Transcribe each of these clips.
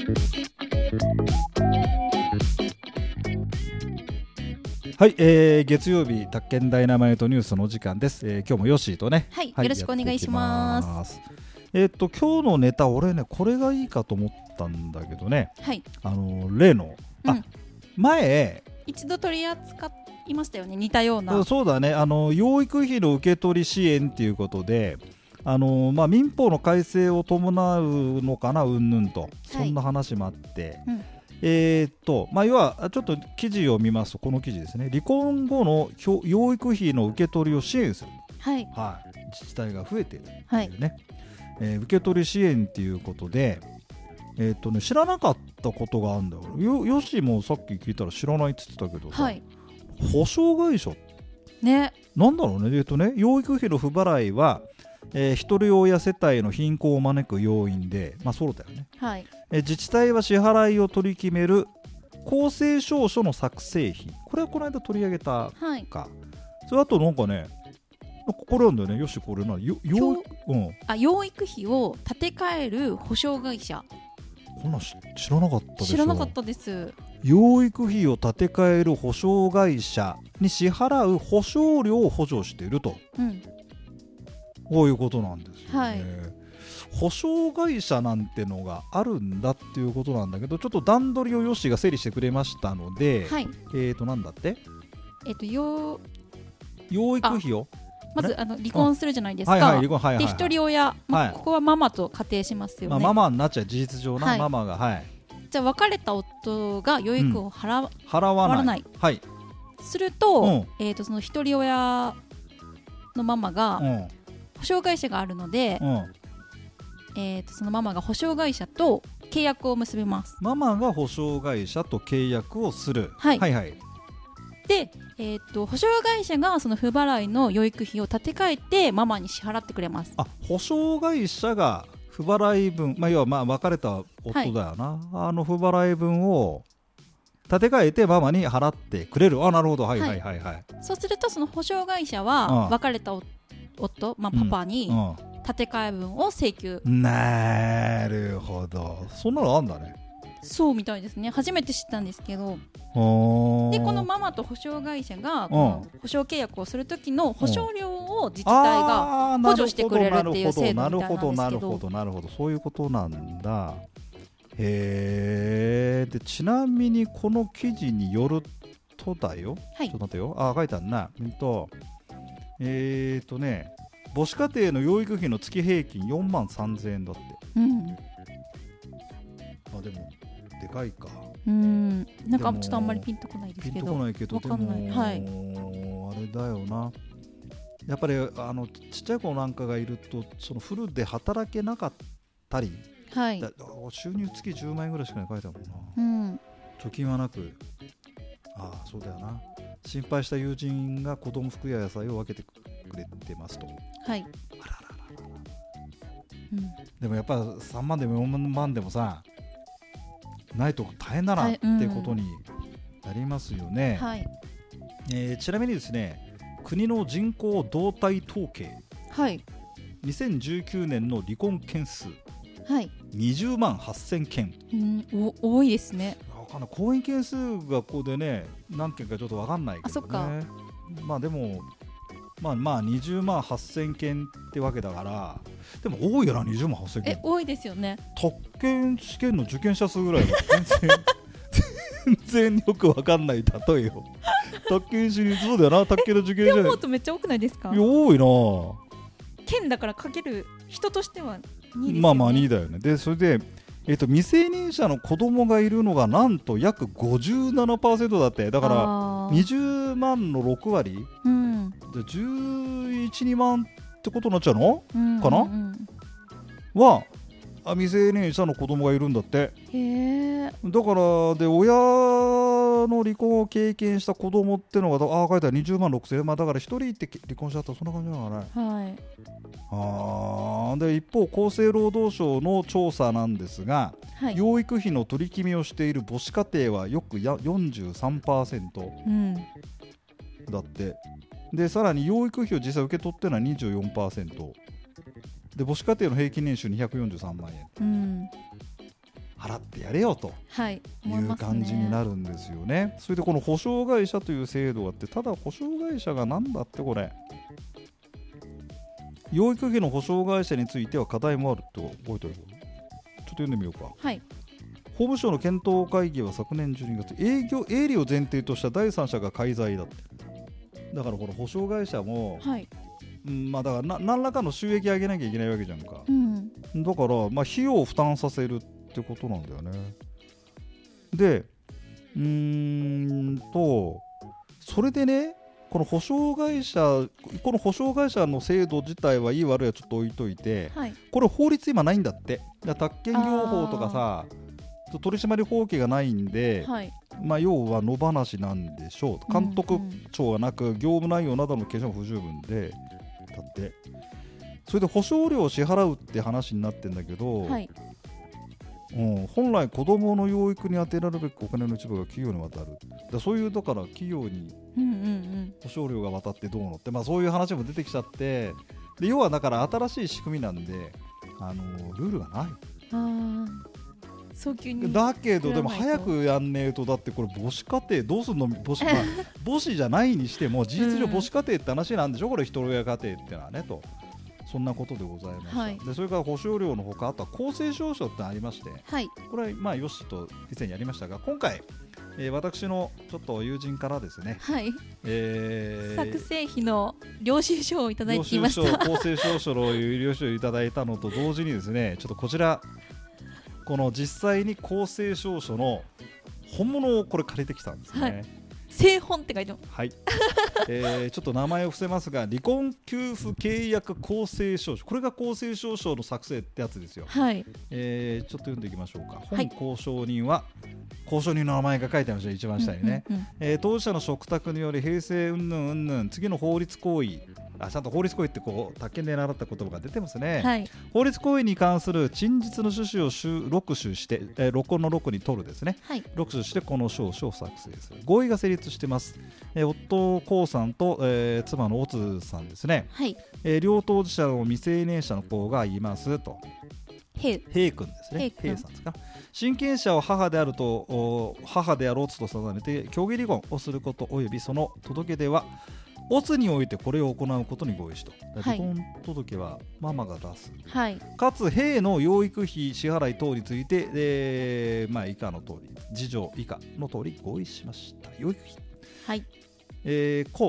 はい、月曜日宅建ダイナマイトニュースの時間です、今日もヨッシーとね、 はい、よろしくお願いします。 今日のネタ俺ねこれがいいかと思ったんだけどね、 はい、 例の、前一度取り扱いましたよね、似たような。 そうだね、養育費の受け取り支援ということで民法の改正を伴うのかなうんぬんと、そんな話もあって、要はちょっと記事を見ますと、この記事ですね、離婚後の養育費の受け取りを支援する、 はい自治体が増えているというね、受け取り支援ということで、知らなかったことがあるんだよ。よしもさっき聞いたら知らないって言ってたけど、保証会社ね、 なんだろうね。養育費の不払いは一人親世帯の貧困を招く要因で、そうだよね、自治体は支払いを取り決める公正証書の作成費、これはこの間取り上げたか、それあとなんかね、これなんだよね。よし、これな養育費を立て替える保証会社、 こんなん知らなかったでしょ。 知らなかったです。 養育費を立て替える保証会社に支払う保証料を補助していると、こういうことなんですよね、保証会社なんてのがあるんだっていうことなんだけど、ちょっと段取りをヨッシーが整理してくれましたので、なんだって養育費をまず離婚するじゃないですか。で一人親、ここはママと仮定しますよね。ママになっちゃう、事実上な、ママが、 じゃあ別れた夫が養育を払わない、すると、その一人親のママが、保証会社があるので、そのママが保証会社と契約を結びます。 ママが保証会社と契約をする。 で、保証会社がその不払いの養育費を立て替えてママに支払ってくれます。 保証会社が不払い分、要は別れた夫だよな、不払い分を立て替えてママに払ってくれる。なるほど、 そうするとその保証会社は別れた夫、パパに立て替え分を請求。 なるほど、そんなのあんだね。 そうみたいですね。初めて知ったんですけど、でこのママと保証会社が保証契約をする時の保証料を自治体が補助してくれるっていう制度みたいなんですけど。 なるほど、そういうことなんだ。でちなみにこの記事によるとだよ、ちょっと待ってよ、書いてあるな。母子家庭の養育費の月平均4万3000円だって。でもでかいか。 なんかちょっとあんまりピンとこないですけど。 でもあれだよな。やっぱりちっちゃい子なんかがいると、そのフルで働けなかったり、収入月10万円ぐらいしかない書いてあるもんな。貯金はなく、そうだよな。心配した友人が子供服や野菜を分けてくれてますと。でもやっぱ3万でも4万でもさ、ないと大変だなってことになりますよね。ちなみにですね、国の人口動態統計、2019年の離婚件数、20万8000件、 多いですね。 婚姻件数がここでね何件かちょっと分かんないけどね。でも20万8000件ってわけだから、でも多いよな、20万8000件。 多いですよね。 宅建試験の受験者数ぐらいは全然よく分かんない例えよ。宅建私立、そうだよな、宅建の受験者って思うとめっちゃ多くないですか。 多いな。 県だからかける人としては2ですよね。 2だよね。でそれで未成年者の子供がいるのがなんと約 57% だって。だから20万の6割、11、2万ってことになっちゃうの、かな、は未成年者の子供がいるんだって。だからで親の離婚を経験した子供ってのが書いてある20万6000円、だから1人って離婚しちゃったらそんな感じなのかね。で一方厚生労働省の調査なんですが、養育費の取り決めをしている母子家庭はよく43%、だって。でさらに養育費を実際受け取ってるのは 24% で、母子家庭の平均年収243万円、払払ってやれよという感じになるんですよね。それでこの保証会社という制度があって、ただ保証会社がなんだって、これ養育費の保証会社については課題もあるって覚えておる。ちょっと読んでみようか。 はい。 法務省の検討会議は昨年12月、営利を前提とした第三者が介在だって。だからこの保証会社も、はい、まあ、だから何らかの収益上げなきゃいけないわけじゃんか、うん、だから、まあ、費用を負担させるってことなんだよね。でそれでね、この保証会社の制度自体はいい悪いはちょっと置いといて、はい、これ法律今ないんだって。宅建業法とかさ、取締法規がないんで、はい、まあ、要は野放しなんでしょう。監督庁がなく、業務内容などの計算も不十分で、だってそれで保証料を支払うって話になってんだけど、はい、本来子どもの養育に充てられるべきお金の一部が企業に渡る。そういうだから企業に保証料が渡ってどうのって、まあ、そういう話も出てきちゃって、で要はだから新しい仕組みなんでルールがない。 早急にだけどでも早くやんねえと。だってこれ母子家庭どうすんの。母子じゃないにしても事実上母子家庭って話なんでしょ、これ一人親家庭ってのはねと。そんなことでございました、はい、でそれから保証料のほか、あとは公正証書ってありまして、はい、これはまあヨッシーと以前やりましたが、今回、私のちょっと友人からですね、 はい、作成費の領収書をいただいていました。 公正証書の領収書をいただいたのと同時にですね、ちょっとこちらこの実際に公正証書の本物をこれ借りてきたんですね、はい、 正本って書いてます、 はい。ちょっと名前を伏せますが、離婚給付契約公正証書、これが公正証書の作成ってやつですよ、はい。ちょっと読んでいきましょうか。本交渉人は、交渉人の名前が書いてありました、一番下にね、当事者の嘱託により平成うんぬんうんぬん、次の法律行為、ちゃんと法律行為ってこう宅建で習った言葉が出てますね、はい、法律行為に関する陳述の趣旨を録取して、録音の録に取るですね、はい、録取してこの証書を作成する。合意が成立してます。夫江さんと、妻のオツさんですね、はい。両当事者の未成年者の子がいますと。平君ですね。平さんですか。親権者を母であろうと定めて協議離婚をすること及びその届け出はオツにおいてこれを行うことに合意しと。離婚届はママが出す、はい、かつ兵の養育費支払い等について、まあ、以下の通り事情以下の通り合意しました。養育費、はい、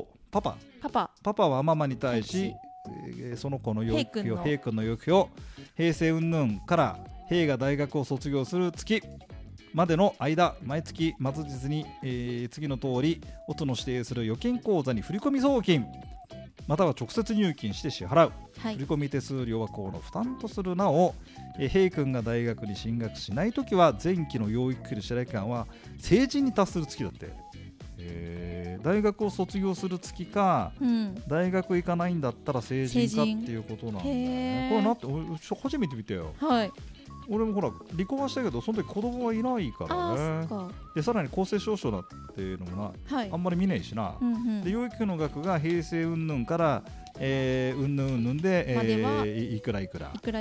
パパはママに対し、その子の養育費を兵君の養育費を平成云々から兵が大学を卒業する月までの間、毎月末日に、次の通りオツの指定する預金口座に振込送金または直接入金して支払う、はい、振込手数料は公の負担とする。なお、平君が大学に進学しないときは前期の養育費の支払い期間は成人に達する月だって。大学を卒業する月か、うん、大学行かないんだったら成人かっていうことなんだね。これなって初めて見たよ、はい。俺もほら離婚はしたけどその時子供はいないからね。でさらに公正証書だっていうのもな、はい、あんまり見ないしな、うんうん、で養育費の額が平成云々からうんぬんうんぬんで、いくら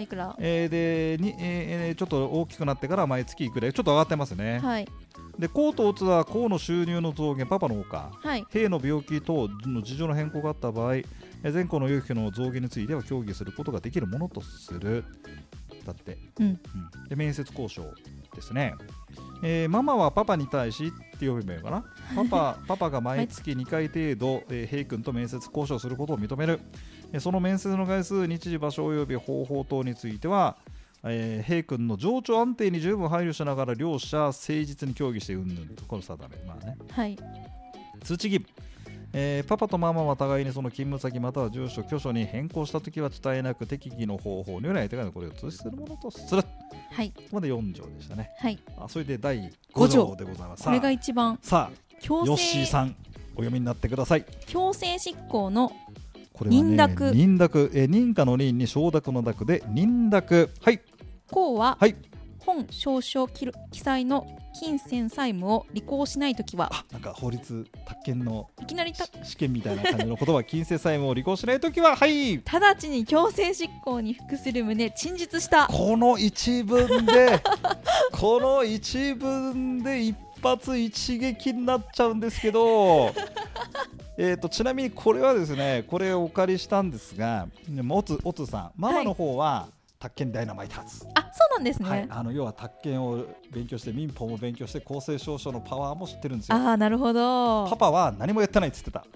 でちょっと大きくなってから毎月いくらちょっと上がってますね、はい。で公とオツは公の収入の増減パパのほか、はい、兵の病気等の事情の変更があった場合前項の養育費の増減については協議することができるものとするだって、うんうん、で面接交渉ですね、ママはパパに対しって呼べばいいかなパパが毎月2回程度、平君と面接交渉することを認める。その面接の回数、日時、場所及び方法等については平君の情緒安定に十分配慮しながら両者誠実に協議してうんぬんところ定め、まあね、はい、通知義務、パパとママは互いにその勤務先または住所居所に変更したときは伝えなく適宜の方法により相手がこれを通知するものとする、はい、ここまで4条でしたね、はい。それで第5条でございます。 これが一番さあヨッシーさんお読みになってください。 強制執行の認諾、 認可の認に承諾の諾で認諾、はい。 公は、はい、本証書記載の金銭債務を履行しないときは、 なんか法律宅建のいきなり試験みたいな感じの言葉金銭債務を履行しないときは、はい、 直ちに強制執行に服する旨陳述した。 この一文でこの一文で一発一撃になっちゃうんですけどちなみにこれはですね、これをお借りしたんですが、おつさん、ママの方は宅建ダイナマイターズ、 あ、そうなんですね、 はい、要は宅建を勉強して民法も勉強して公正証書のパワーも知ってるんですよ。 ああ、なるほど。 パパは何もやってないって言ってた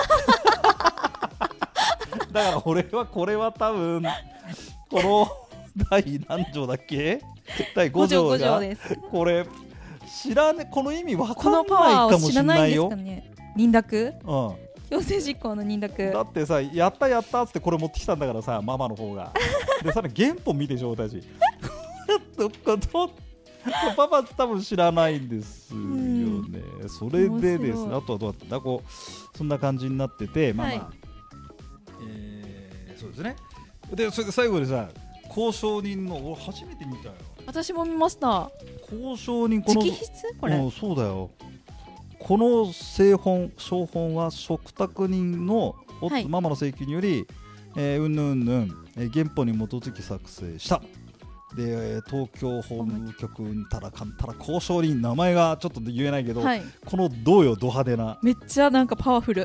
だから俺はこれは多分この第何条だっけ、第5条が5条です。これ知らね、この意味わかんないかもしれないよ。 認諾、強制執行の認諾だってさ、やったやったっつってこれ持ってきたんだからさ、ママの方がでさらに原本見て状態しパパ多分知らないんですよね、それでですね、あとはどうだったんだ、こうそんな感じになってて、まあまあ、はい、そうですね。でそれで最後にさ、交渉人の、俺初めて見たよ。 私も見ました。 交渉人、この直筆、これ、 そうだよ。この正本は嘱託人の、はい、ママの請求により、うんぬんぬん、原本に基づき作成した。で、東京法務局んたらかんたら交渉人、名前がちょっと言えないけど、はい、このどうよド派手な、 めっちゃなんかパワフル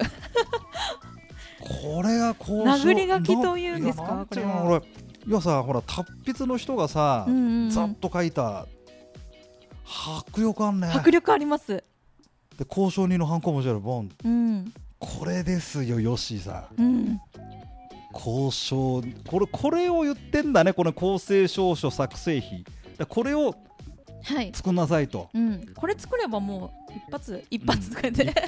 これが交渉、 殴り書きというんですか、これは。 いやさ、ほら達筆の人がさ、ざっと書いた、迫力あんね。 迫力あります。 で、交渉人のハンコ文字あるボン、これですよ、ヨッシーさん、交渉、これを言ってんだね、この公正証書作成費だ、これを作んなさいと、 これ作ればもう一発とかで、 一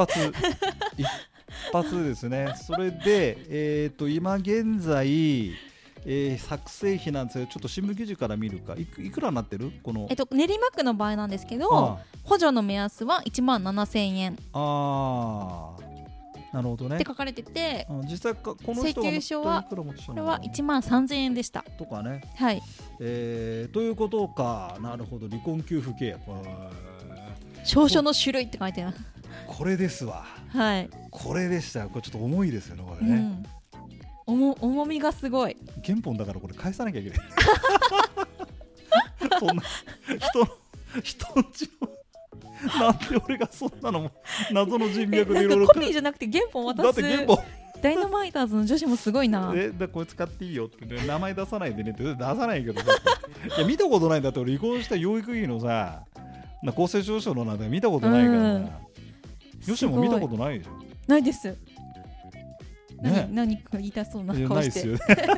発ですね。それで、今現在作成費なんですよ。ちょっと新聞記事から見るか、いくらになってるこの、 練馬区の場合なんですけど、補助の目安は1万7000円。 ああ、なるほどね。 って書かれてて、 実際この人が請求書はこれは1万3000円でしたとかね。 はい、 ということか。なるほど、離婚給付契約、 証書の種類って書いてある。 これですわ。はい、これでした。これちょっと重いですよね、これね。 重みがすごい。 原本だからこれ返さなきゃいけないそんな人の血をなんで俺がそんなのも謎の人脈でいろいろコピーじゃなくて原本渡す。 だって原本ダイナマイターズの女子もすごいな。 だこれ使っていいよって、ね、名前出さないでねって出さないけどいや見たことないんだって。俺離婚した養育費のさ、公正証書のなんて見たことないからさ、よしも見たことないでしょ。 ないです。何か言いたそうな顔して。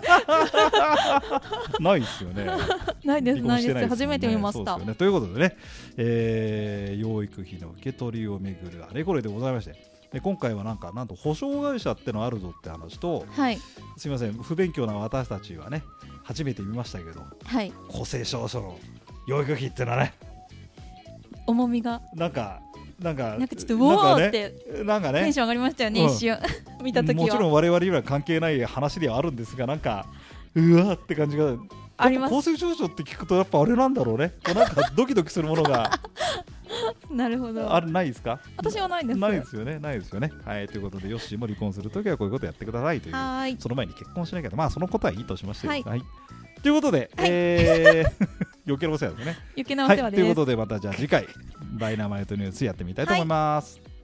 ないですよね。 ないですないです。初めて見ました。 ということでね、養育費の受け取りをめぐるあれこれでございまして、で今回はなんと保証会社ってのあるぞって話と、はい、すみません不勉強な私たちはね初めて見ましたけど、はい、公正証書の養育費ってのはね、 重みがなんかちょっとウォーってテンション上がりましたよね、一瞬見たときは。 もちろん我々には関係ない話ではあるんですが、なんかうわって感じがあります。公正証書って聞くとやっぱあれなんだろうね、なんかドキドキするものがなるほど。 ないですか？ 私はないです。 ないですよね、ないですよね。はい、ということでヨッシーも離婚するときはこういうことやってくださいという。その前に結婚しなきゃ、まあそのことはいいとしまして、はいということで、余計なお世話ですね。 余計なお世話です。 ということでまたじゃあ次回ダイナマイトニュースやってみたいと思います。